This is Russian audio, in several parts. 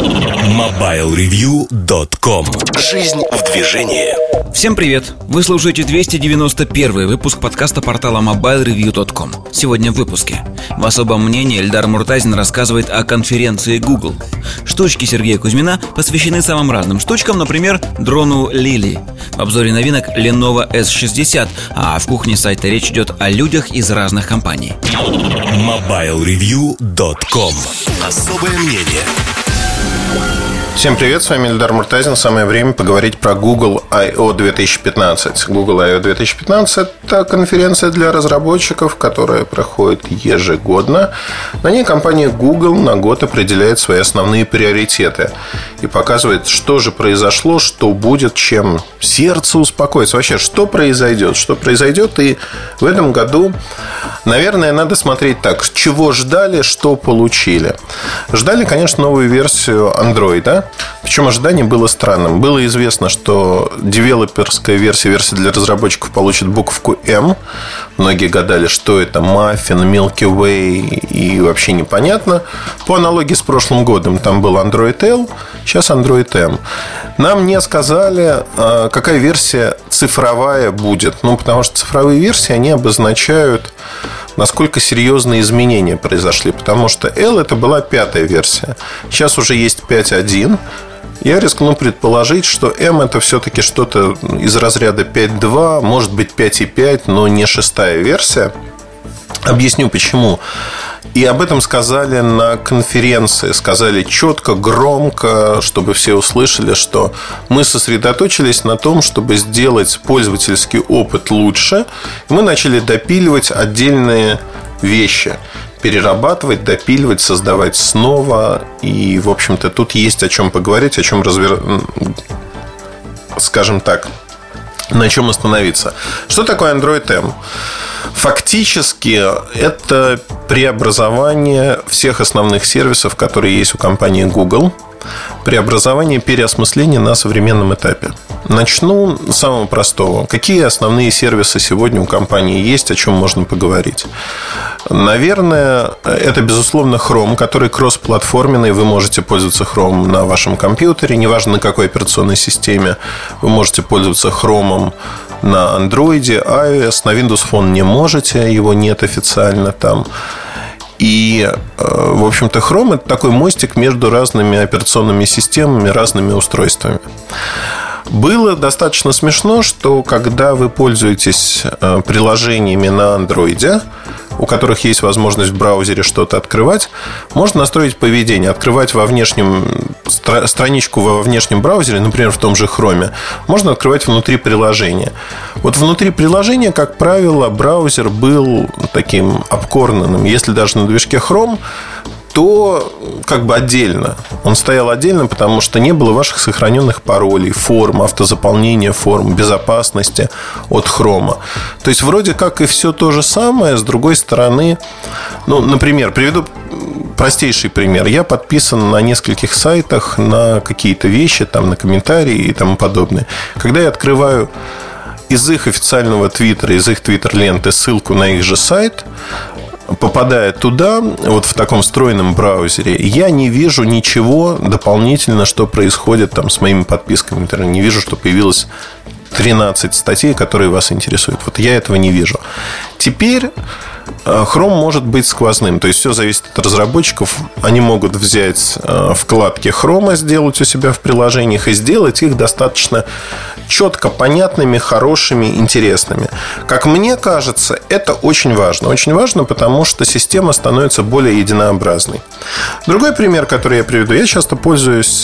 MobileReview.com. Жизнь в движении. Всем привет! Вы слушаете 291 выпуск подкаста портала MobileReview.com. Сегодня в выпуске. В особом мнении Эльдар Муртазин рассказывает о конференции Google. Штучки Сергея Кузьмина посвящены самым разным штучкам, например, дрону Lily. В обзоре новинок Lenovo S60, а в кухне сайта речь идет о людях из разных компаний. MobileReview.com. Особое мнение. Всем привет, с вами Эльдар Муртазин. Самое время поговорить про Google I.O. 2015. Google I.O. 2015 – это конференция для разработчиков, которая проходит ежегодно. На ней компания Google на год определяет свои основные приоритеты и показывает, что же произошло, что будет, чем сердце успокоится. Вообще, что произойдет. И в этом году, наверное, надо смотреть так. Чего ждали, что получили. Ждали, конечно, новую версию Android, да? Причем ожидание было странным. Было известно, что девелоперская версия для разработчиков получит буковку М. Многие гадали, что это, Muffin, Milky Way, и вообще непонятно. По аналогии с прошлым годом там был Android L, сейчас Android M. Нам не сказали, какая версия цифровая будет. Потому что цифровые версии, они обозначают, насколько серьезные изменения произошли. Потому что L это была 5-я версия. Сейчас уже есть 5.1. Я рискну предположить, что M это все-таки что-то из разряда 5.2, может быть 5.5, но не 6-я версия. Объясню почему. И об этом сказали на конференции. Сказали четко, громко, чтобы все услышали, что мы сосредоточились на том, чтобы сделать пользовательский опыт лучше. И мы начали допиливать отдельные вещи. Перерабатывать, допиливать, создавать снова. И, в общем-то, тут есть о чем поговорить, о чем скажем так, на чем остановиться. Что такое Android M? Фактически это преобразование всех основных сервисов, которые есть у компании Google. Преобразование, переосмысление на современном этапе. Начну с самого простого. Какие основные сервисы сегодня у компании есть, о чем можно поговорить? Наверное, это, безусловно, Chrome, который кроссплатформенный. Вы можете пользоваться Chrome на вашем компьютере, неважно на какой операционной системе. Вы можете пользоваться Chrome на Android, iOS. На Windows Phone не можете, его нет официально там. И, в общем-то, Chrome – это такой мостик между разными операционными системами, разными устройствами. Было достаточно смешно, что когда вы пользуетесь приложениями на Android, у которых есть возможность в браузере что-то открывать, можно настроить поведение. Открывать страничку во внешнем браузере, например, в том же Chrome, можно открывать внутри приложения. Вот внутри приложения, как правило, браузер был таким обкорнанным. Если даже на движке Chrome, то как бы отдельно. Он стоял отдельно, потому что не было ваших сохраненных паролей, форм, автозаполнения форм, безопасности от Chrome. То есть вроде как и все то же самое. С другой стороны, например, приведу простейший пример. Я подписан на нескольких сайтах на какие-то вещи, там, на комментарии и тому подобное. Когда я открываю из их официального твиттера, из их твиттер-ленты ссылку на их же сайт, попадая туда, вот в таком встроенном браузере, я не вижу ничего дополнительно, что происходит там с моими подписками. Не вижу, что появилось 13 статей, которые вас интересуют. Вот я этого не вижу. Теперь Chrome может быть сквозным. То есть все зависит от разработчиков. Они могут взять вкладки Chrome, сделать у себя в приложениях и сделать их достаточно четко понятными, хорошими, интересными. Как мне кажется, это очень важно. Очень важно, потому что система становится более единообразной. Другой пример, который я приведу. Я часто пользуюсь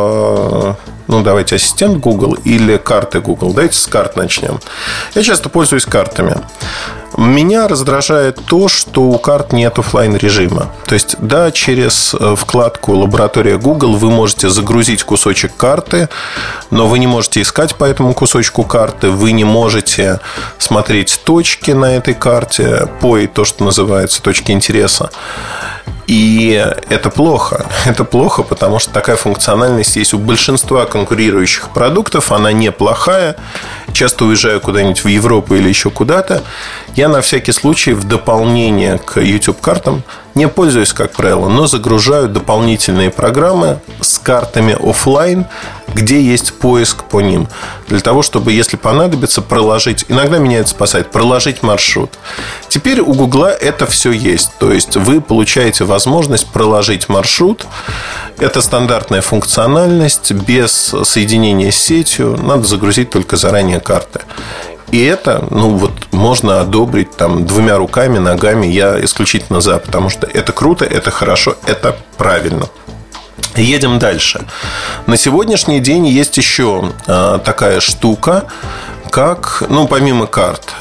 давайте ассистент Google или карты Google. Давайте с карт начнем. Я часто пользуюсь картами. Меня раздражает то, что у карт нет офлайн режима. То есть, да, через вкладку «Лаборатория Google» вы можете загрузить кусочек карты, но вы не можете искать по этому кусочку карты, вы не можете смотреть точки на этой карте, то, что называется точки интереса. И это плохо. Это плохо, потому что такая функциональность есть у большинства конкурирующих продуктов. Она неплохая. Часто уезжаю куда-нибудь в Европу или еще куда-то. Я на всякий случай в дополнение к YouTube-картам не пользуюсь, как правило, но загружаю дополнительные программы с картами офлайн, где есть поиск по ним. Для того, чтобы, если понадобится, проложить. Иногда меня это спасает. Проложить маршрут. Теперь у Гугла это все есть. То есть вы получаете возможность проложить маршрут. Это стандартная функциональность. Без соединения с сетью. Надо загрузить только заранее карты. И это, можно одобрить там 2 руками, ногами. Я исключительно за, потому что это круто, это хорошо, это правильно. Едем дальше. На сегодняшний день есть еще такая штука, как, помимо карт,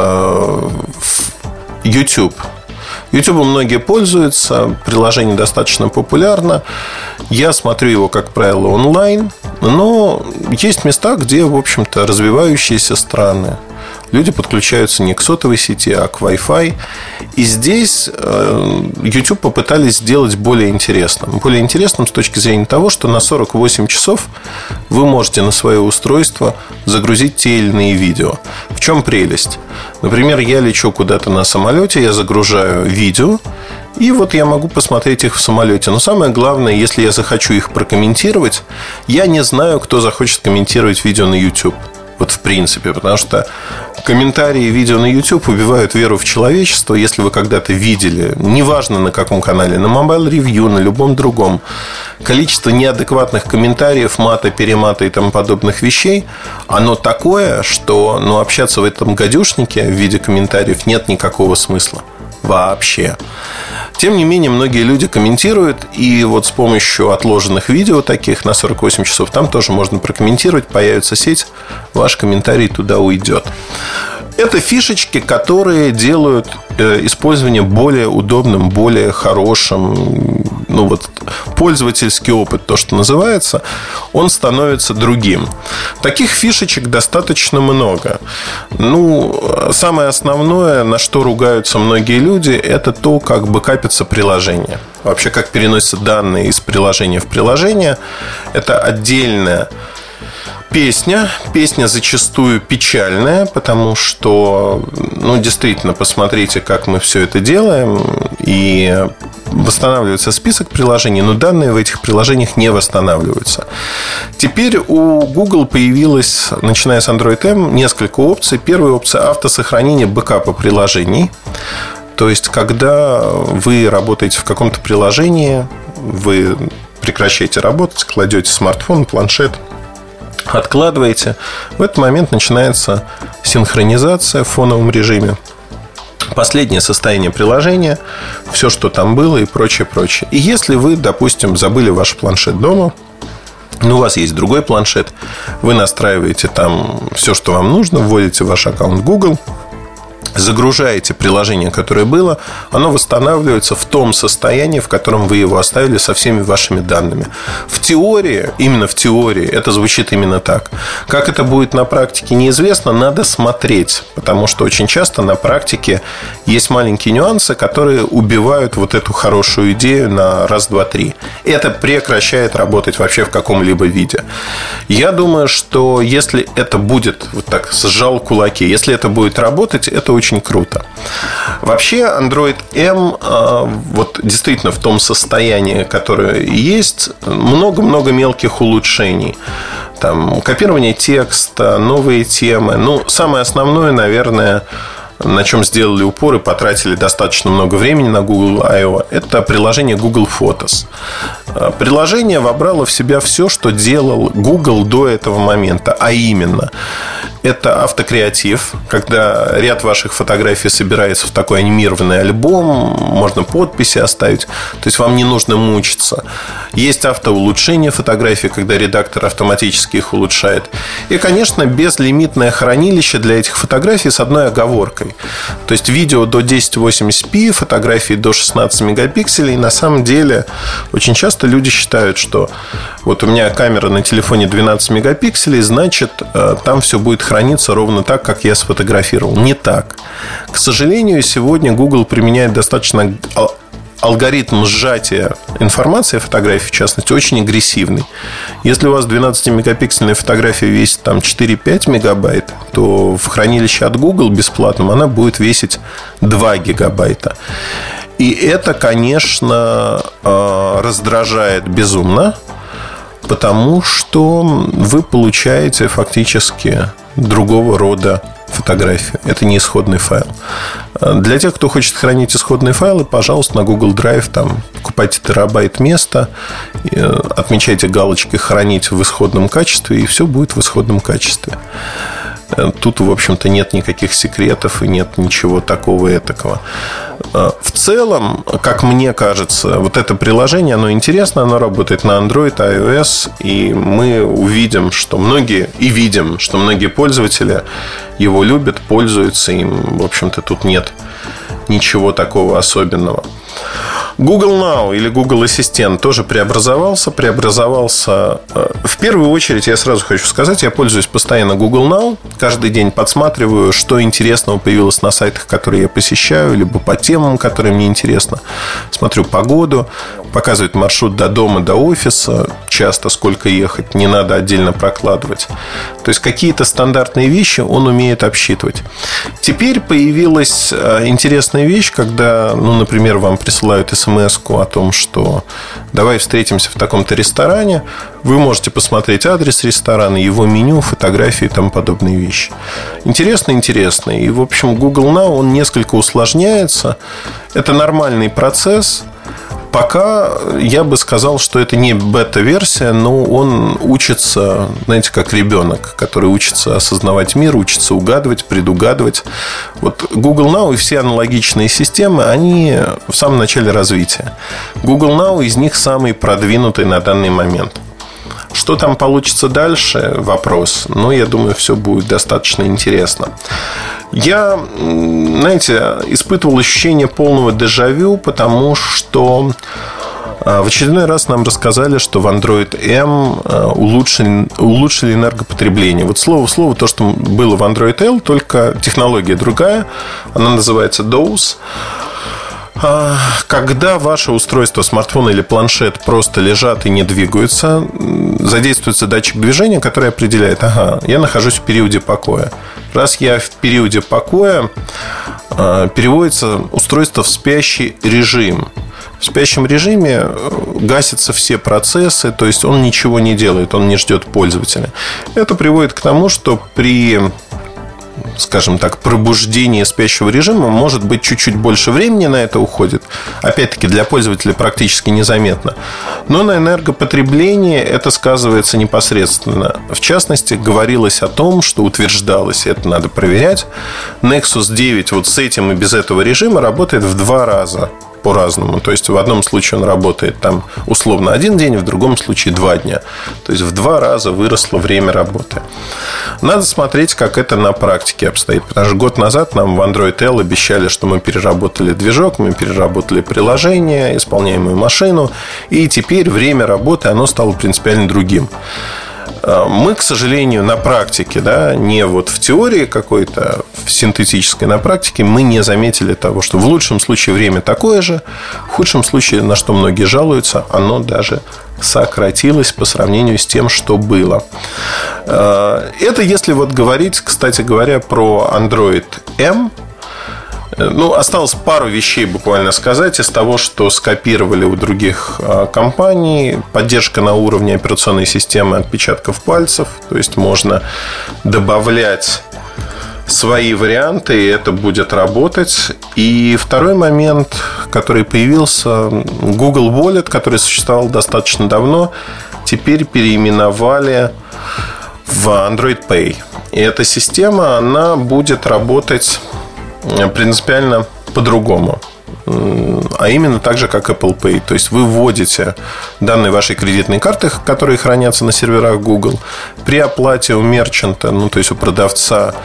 YouTube. YouTube многие пользуются, приложение достаточно популярно. Я смотрю его, как правило, онлайн. Но есть места, где, в общем-то, развивающиеся страны. Люди подключаются не к сотовой сети, а к Wi-Fi. И здесь YouTube попытались сделать более интересным. Более интересным с точки зрения того, что на 48 часов вы можете на свое устройство загрузить те или иные видео. В чем прелесть? Например, я лечу куда-то на самолете, я загружаю видео, и вот я могу посмотреть их в самолете. Но самое главное, если я захочу их прокомментировать, я не знаю, кто захочет комментировать видео на YouTube. Вот в принципе, потому что комментарии видео на YouTube убивают веру в человечество. Если вы когда-то видели, неважно на каком канале, на Mobile Review, на любом другом, количество неадекватных комментариев, мата, перемата и тому подобных вещей, оно такое, что общаться в этом гадюшнике в виде комментариев нет никакого смысла. Вообще. Тем не менее, многие люди комментируют. И вот с помощью отложенных видео таких на 48 часов там тоже можно прокомментировать. Появится сеть, ваш комментарий туда уйдет. Это фишечки, которые делают использование более удобным, более хорошим. Пользовательский опыт, то, что называется, он становится другим. Таких фишечек достаточно много. Самое основное, на что ругаются многие люди, это то, как бэкапится приложение. Вообще, как переносятся данные из приложения в приложение. Это отдельная песня. Песня зачастую печальная, потому что, действительно, посмотрите, как мы все это делаем. И восстанавливается список приложений, но данные в этих приложениях не восстанавливаются. Теперь у Google появилось, начиная с Android M, несколько опций. Первая опция – автосохранение бэкапа приложений. То есть, когда вы работаете в каком-то приложении, вы прекращаете работать, кладете смартфон, планшет, откладываете. В этот момент начинается синхронизация в фоновом режиме. Последнее состояние приложения, все, что там было и прочее. И если вы, допустим, забыли ваш планшет дома, у вас есть другой планшет, вы настраиваете там все, что вам нужно, вводите ваш аккаунт Google, загружаете приложение, которое было, оно восстанавливается в том состоянии, в котором вы его оставили, со всеми вашими данными. В теории, именно в теории, это звучит именно так. Как это будет на практике, неизвестно, надо смотреть, потому что очень часто на практике есть маленькие нюансы, которые убивают вот эту хорошую идею на раз, два, три. Это прекращает работать вообще в каком-либо виде. Я думаю, что если это будет, вот так сжал кулаки, если это будет работать, это очень круто. Вообще Android M вот действительно в том состоянии, которое есть, много-много мелких улучшений. Там копирование текста, новые темы. Самое основное, наверное, на чем сделали упор и потратили достаточно много времени на Google I.O., это приложение Google Photos. Приложение вобрало в себя все, что делал Google до этого момента. А именно, это автокреатив, когда ряд ваших фотографий собирается в такой анимированный альбом, можно подписи оставить, то есть вам не нужно мучиться. Есть автоулучшение фотографий, когда редактор автоматически их улучшает. И, конечно, безлимитное хранилище для этих фотографий с одной оговоркой. То есть видео до 1080p, фотографии до 16 мегапикселей. На самом деле, очень часто люди считают, что вот у меня камера на телефоне 12 мегапикселей, значит, там все будет храниться ровно так, как я сфотографировал. Не так. К сожалению, сегодня Google применяет достаточно алгоритм сжатия информации, фотографий в частности, очень агрессивный. Если у вас 12-мегапиксельная фотография весит там 4-5 мегабайт, то в хранилище от Google бесплатном она будет весить 2 гигабайта. И это, конечно, раздражает безумно, потому что вы получаете фактически другого рода фотографию. Это не исходный файл. Для тех, кто хочет хранить исходные файлы, пожалуйста, на Google Drive там покупайте терабайт места, отмечайте галочкой «Хранить в исходном качестве», и все будет в исходном качестве. Тут, в общем-то, нет никаких секретов и нет ничего такого этакого. В целом, как мне кажется, вот это приложение, оно интересно, оно работает на Android, iOS, и мы увидим, что многие, и видим, что многие пользователи его любят, пользуются им. В общем-то, тут нет ничего такого особенного. Google Now или Google Ассистент тоже преобразовался. В первую очередь, я сразу хочу сказать, я пользуюсь постоянно Google Now. Каждый день подсматриваю, что интересного появилось на сайтах, которые я посещаю, либо по темам, которые мне интересны. Смотрю погоду, показывает маршрут до дома, до офиса, часто сколько ехать, не надо отдельно прокладывать. То есть какие-то стандартные вещи он умеет обсчитывать. Теперь появилась интересная вещь, когда, например, вам присылают смс-ку о том, что давай встретимся в таком-то ресторане. Вы можете посмотреть адрес ресторана, его меню, фотографии и тому подобные вещи. Интересно. И, в общем, Google Now, он несколько усложняется. Это нормальный процесс. Пока я бы сказал, что это не бета-версия, но он учится, знаете, как ребенок, который учится осознавать мир, учится угадывать, предугадывать. Вот Google Now и все аналогичные системы, они в самом начале развития. Google Now из них самый продвинутый на данный момент. Что там получится дальше? Вопрос. Но я думаю, все будет достаточно интересно. Я, знаете, испытывал ощущение полного дежавю, потому что в очередной раз нам рассказали, что в Android M улучшили энергопотребление. Вот слово в слово то, что было в Android L, только технология другая. Она называется DOS. Когда ваше устройство, смартфон или планшет просто лежат и не двигаются, задействуется датчик движения, который определяет: я нахожусь в периоде покоя. Раз я в периоде покоя, переводится устройство в спящий режим. В спящем режиме гасятся все процессы, то есть он ничего не делает, он не ждет пользователя. Это приводит к тому, что при, скажем так, пробуждении спящего режима может быть чуть-чуть больше времени на это уходит. Опять-таки, для пользователя практически незаметно. Но на энергопотреблении это сказывается непосредственно. В частности, говорилось о том, что утверждалось, это надо проверять, Nexus 9 вот с этим и без этого режима работает в 2 раза по-разному. То есть в одном случае он работает там условно 1 день, в другом случае 2 дня. То есть в 2 раза выросло время работы. Надо смотреть, как это на практике обстоит. Потому что год назад нам в Android L обещали, что мы переработали движок, мы переработали приложение, исполняемую машину, и теперь время работы, оно стало принципиально другим. Мы, к сожалению, на практике, не вот в теории какой-то, в синтетической, на практике, мы не заметили того, что в лучшем случае время такое же, в худшем случае, на что многие жалуются, оно даже сократилось по сравнению с тем, что было. Это если вот говорить, кстати говоря, про Android M. Осталось пару вещей буквально сказать из того, что скопировали у других компаний. Поддержка на уровне операционной системы отпечатков пальцев. То есть можно добавлять свои варианты, и это будет работать. И второй момент, который появился, Google Wallet, который существовал достаточно давно, теперь переименовали в Android Pay. И эта система, она будет работать принципиально по-другому. А именно так же, как Apple Pay. То есть вы вводите данные вашей кредитной карты, которые хранятся на серверах Google. При оплате у мерчанта, то есть у продавца,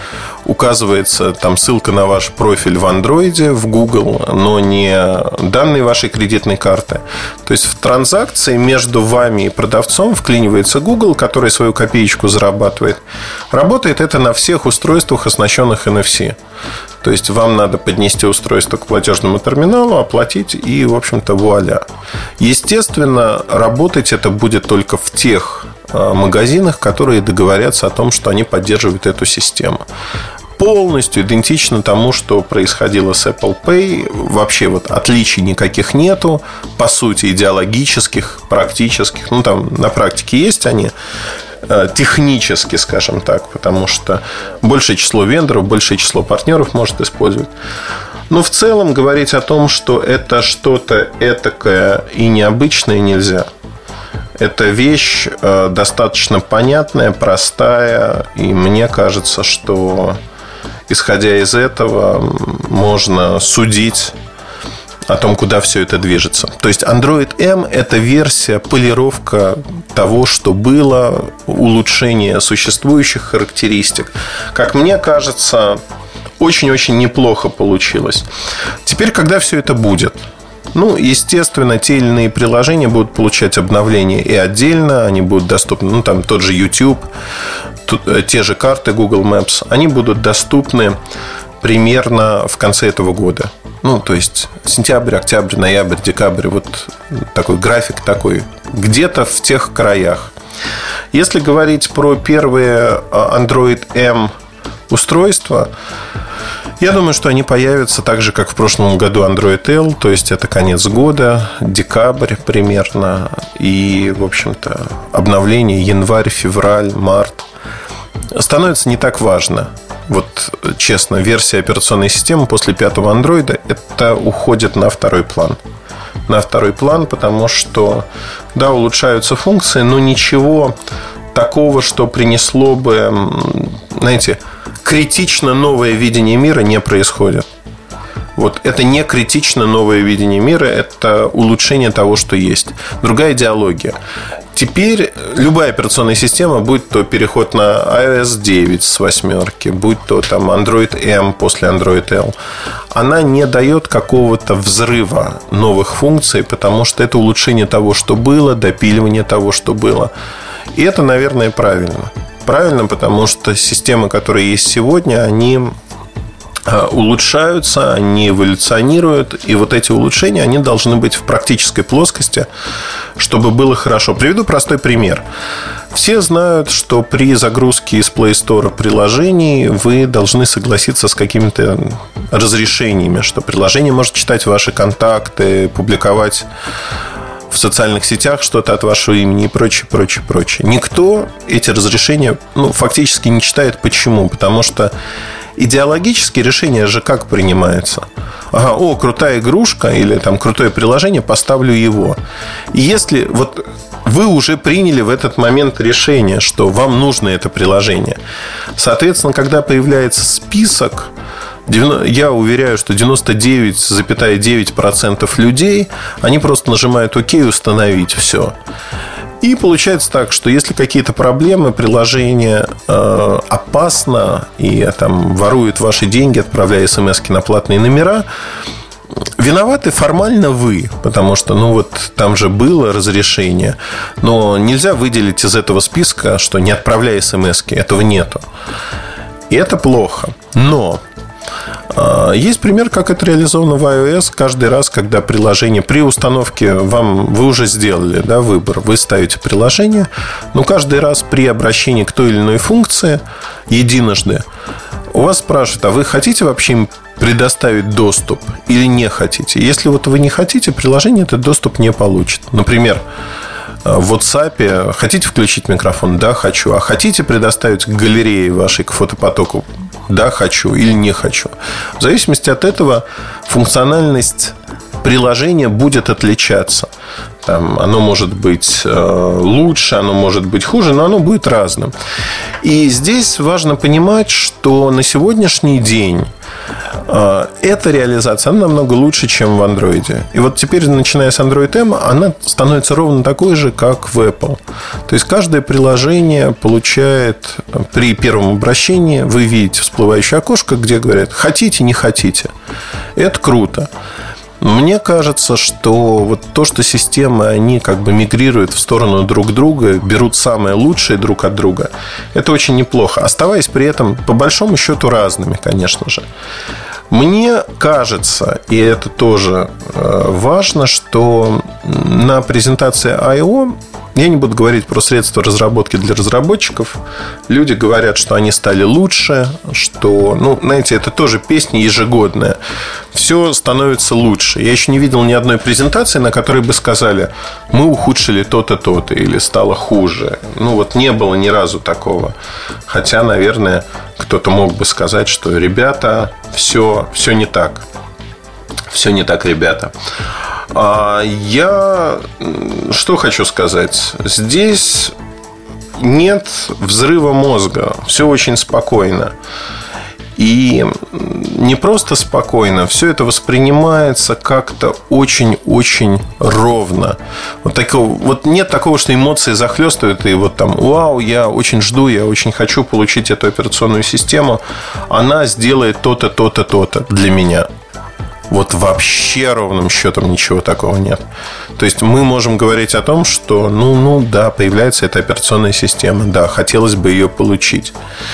указывается там ссылка на ваш профиль в Android, в Google, но не данные вашей кредитной карты. То есть в транзакции между вами и продавцом вклинивается Google, который свою копеечку зарабатывает. Работает это на всех устройствах, оснащенных NFC. То есть вам надо поднести устройство к платежному терминалу, оплатить и, в общем-то, вуаля. Естественно, работать это будет только в тех магазинах, которые договорятся о том, что они поддерживают эту систему. Полностью идентично тому, что происходило с Apple Pay. Вообще вот отличий никаких нету. По сути, идеологических, практических. Ну, там на практике есть они. Технически, скажем так. Потому что большее число вендоров, большее число партнеров может использовать. Но в целом говорить о том, что это что-то этакое и необычное, нельзя. Это вещь достаточно понятная, простая. И мне кажется, что исходя из этого можно судить о том, куда все это движется. То есть Android M – это версия, полировка того, что было, улучшение существующих характеристик. Как мне кажется, очень-очень неплохо получилось. Теперь, когда все это будет? Ну, естественно, те или иные приложения будут получать обновления и отдельно. Они будут доступны, ну, там тот же YouTube, те же карты Google Maps. Они будут доступны примерно в конце этого года. Ну, то есть сентябрь, октябрь, ноябрь, декабрь. Вот такой график такой. Где-то в тех краях. Если говорить про первые Android M устройства, я думаю, что они появятся так же, как в прошлом году Android L. То есть это конец года, декабрь примерно. И, в общем-то, обновление январь, февраль, март становится не так важно. Вот честно, версия операционной системы после 5-го Android это уходит на второй план. На второй план, потому что, да, улучшаются функции, но ничего такого, что принесло бы, знаете, критично новое видение мира, не происходит. Вот это не критично новое видение мира, это улучшение того, что есть. Другая идеология. Теперь любая операционная система, будь то переход на iOS 9 с 8, будь то там Android M после Android L, она не дает какого-то взрыва новых функций, потому что это улучшение того, что было, допиливание того, что было. И это, наверное, правильно. Правильно, потому что системы, которые есть сегодня, они улучшаются, они эволюционируют. И вот эти улучшения, они должны быть в практической плоскости, чтобы было хорошо. Приведу простой пример. Все знают, что при загрузке из Play Store приложений вы должны согласиться с какими-то разрешениями, что приложение может читать ваши контакты, публиковать в социальных сетях что-то от вашего имени и прочее, прочее, прочее. Никто эти разрешения фактически не читает. Почему? Потому что идеологические решения же как принимаются? Ага, крутая игрушка или там крутое приложение, поставлю его. И если вот вы уже приняли в этот момент решение, что вам нужно это приложение, соответственно, когда появляется список, я уверяю, что 99,9% людей, они просто нажимают ОК, установить, все. И получается так, что если какие-то проблемы, приложение опасно и там ворует ваши деньги, отправляя смс-ки на платные номера, виноваты формально вы, потому что, вот там же было разрешение, но нельзя выделить из этого списка, что не отправляй смс-ки, этого нету. И это плохо. Но есть пример, как это реализовано в iOS. Каждый раз, когда приложение при установке вы уже сделали, да, выбор, вы ставите приложение, но каждый раз при обращении к той или иной функции единожды у вас спрашивают, а вы хотите вообще им предоставить доступ или не хотите? Если вот вы не хотите, приложение этот доступ не получит. Например, в WhatsApp хотите включить микрофон? Да, хочу. А хотите предоставить к галерее вашей, к фотопотоку? Да, хочу или не хочу. В зависимости от этого функциональность приложения будет отличаться. Там оно может быть лучше, оно может быть хуже, но оно будет разным. И здесь важно понимать, что на сегодняшний день Эта реализация, она намного лучше, чем в Android. И вот теперь, начиная с Android M, она становится ровно такой же, как в Apple. То есть каждое приложение получает при первом обращении, вы видите всплывающее окошко, где говорят: хотите, не хотите. Это круто. Мне кажется, что вот то, что системы, они как бы мигрируют в сторону друг друга, берут самое лучшее друг от друга, это очень неплохо, оставаясь при этом по большому счету разными, конечно же. Мне кажется, и это тоже важно, что на презентации I.O., я не буду говорить про средства разработки для разработчиков, люди говорят, что они стали лучше, что, знаете, это тоже песня ежегодная. Все становится лучше. Я еще не видел ни одной презентации, на которой бы сказали: мы ухудшили то-то, то-то, или стало хуже. Не было ни разу такого. Хотя, наверное, кто-то мог бы сказать, что ребята, все не так. Все не так, ребята. Я что хочу сказать. Здесь нет взрыва мозга. Все очень спокойно. И не просто спокойно, все это воспринимается как-то очень-очень ровно. Нет такого, что эмоции захлестывают, и вау, я очень жду, я очень хочу получить эту операционную систему. Она сделает то-то, то-то, то-то для меня. Вообще ровным счетом ничего такого нет. То есть мы можем говорить о том, что да, появляется эта операционная система, да, хотелось бы ее получить.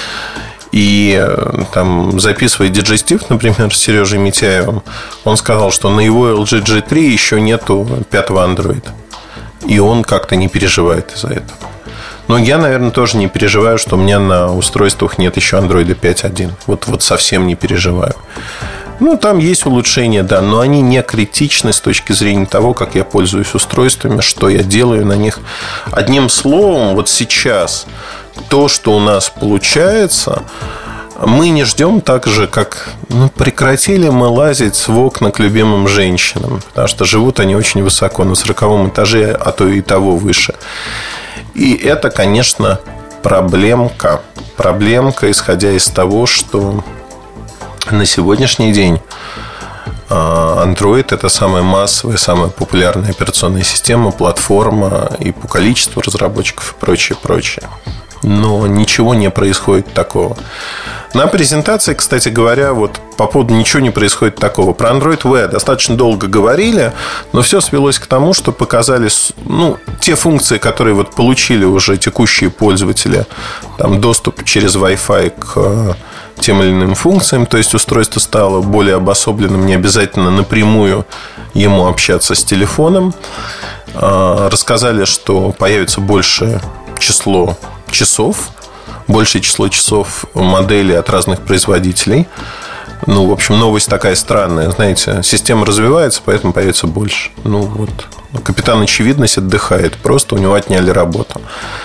И записывая DJ Steve, например, с Сережей Митяевым, он сказал, что на его LG G3 еще нету 5-го Android. И он как-то не переживает из-за этого. Но я, наверное, тоже не переживаю, что у меня на устройствах нет еще Android 5.1. Вот совсем не переживаю. Там есть улучшения, да, но они не критичны с точки зрения того, как я пользуюсь устройствами, что я делаю на них. Одним словом, сейчас то, что у нас получается, мы не ждем так же, как прекратили мы лазить в окна к любимым женщинам, потому что живут они очень высоко, на 40-м этаже, а то и того выше. И это, конечно, проблемка. Проблемка, исходя из того, что на сегодняшний день Android – это самая массовая, самая популярная операционная система, платформа и по количеству разработчиков и прочее, прочее. Но ничего не происходит такого. На презентации, кстати говоря, по поводу ничего не происходит такого. Про Android Wear достаточно долго говорили, но все свелось к тому, что показали те функции, которые получили уже текущие пользователи. Доступ через Wi-Fi к тем или иным функциям. То есть устройство стало более обособленным, не обязательно напрямую ему общаться с телефоном. Рассказали, что появится большее число часов, большее число часов моделей от разных производителей. В общем, новость такая странная. Знаете, система развивается, поэтому появится больше. Капитан Очевидность отдыхает. Просто у него отняли работу.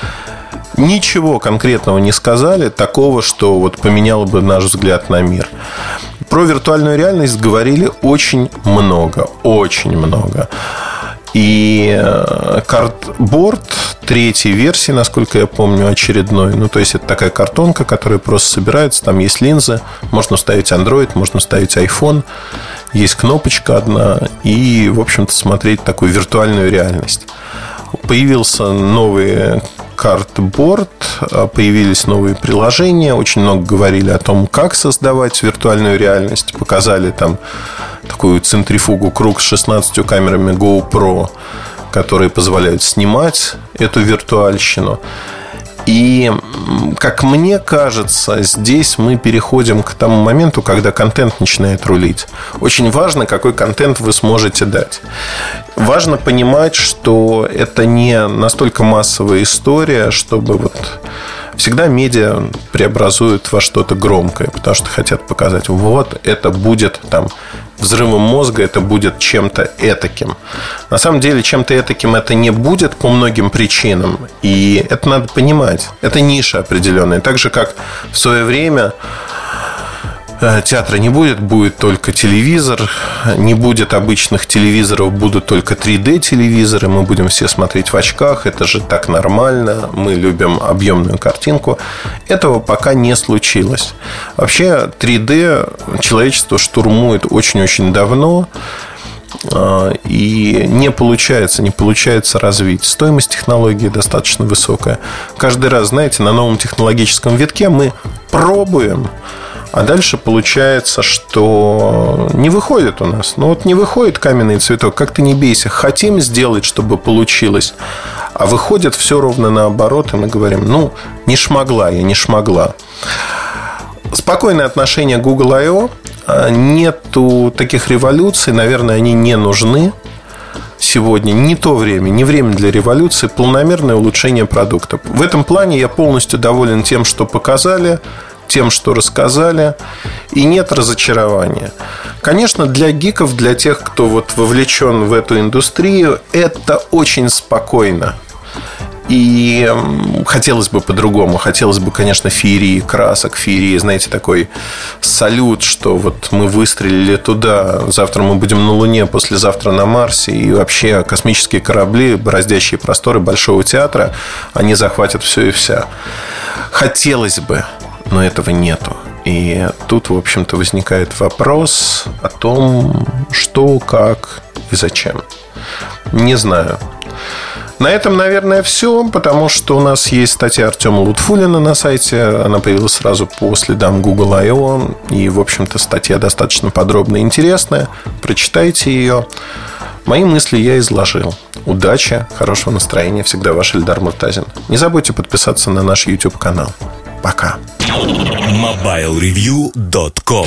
Ничего конкретного не сказали, такого, что поменяло бы наш взгляд на мир. Про виртуальную реальность говорили очень много. Очень много. И картборд третьей версии, насколько я помню, очередной. То есть это такая картонка, которая просто собирается. Там есть линзы, можно ставить Android, можно ставить iPhone. Есть кнопочка одна. И, в общем-то, смотреть такую виртуальную реальность. Появился новый картборд, появились новые приложения. Очень много говорили о том, как создавать виртуальную реальность. Показали такую центрифугу круг с 16 камерами GoPro, которые позволяют снимать эту виртуальщину. И, как мне кажется, здесь мы переходим к тому моменту, когда контент начинает рулить. Очень важно, какой контент вы сможете дать. Важно понимать, что это не настолько массовая история, чтобы всегда медиа преобразуют во что-то громкое, потому что хотят показать, это будет взрывом мозга, это будет чем-то этаким. На самом деле, чем-то этаким это не будет по многим причинам. И это надо понимать. Это ниша определенная. Так же, как в свое время театра не будет, будет только телевизор. Не будет обычных телевизоров, будут только 3D-телевизоры. Мы будем все смотреть в очках. Это же так нормально. Мы любим объемную картинку. Этого пока не случилось. Вообще 3D человечество штурмует очень-очень давно. И не получается развить. Стоимость технологии достаточно высокая. Каждый раз, знаете, на новом технологическом витке мы пробуем, а дальше получается, что не выходит у нас. Ну вот не выходит каменный цветок, как ты не бейся. Хотим сделать, чтобы получилось, а выходит все ровно наоборот. И мы говорим, ну, не шмогла. Спокойное отношение к Google I.O. Нету таких революций. Наверное, они не нужны сегодня. Не то время, не время для революции. Полномерное улучшение продукта. В этом плане я полностью доволен тем, что показали, тем, что рассказали, и нет разочарования. Конечно, для гиков, для тех, кто вот вовлечен в эту индустрию, это очень спокойно. И хотелось бы по-другому. Хотелось бы, конечно, феерии красок, феерии, знаете, такой салют, что вот мы выстрелили туда, завтра мы будем на Луне, послезавтра на Марсе. И вообще космические корабли, бороздящие просторы Большого театра, они захватят все и вся. Хотелось бы, но этого нету. И тут, в общем-то, возникает вопрос о том, что, как и зачем. Не знаю. На этом, наверное, все, потому что у нас есть статья Артема Лутфуллина на сайте. Она появилась сразу по следам Google I.O. И, в общем-то, статья достаточно подробная и интересная. Прочитайте ее. Мои мысли я изложил. Удачи, хорошего настроения. Всегда ваш Эльдар Муртазин. Не забудьте подписаться на наш YouTube-канал. Пока. MobileReview.com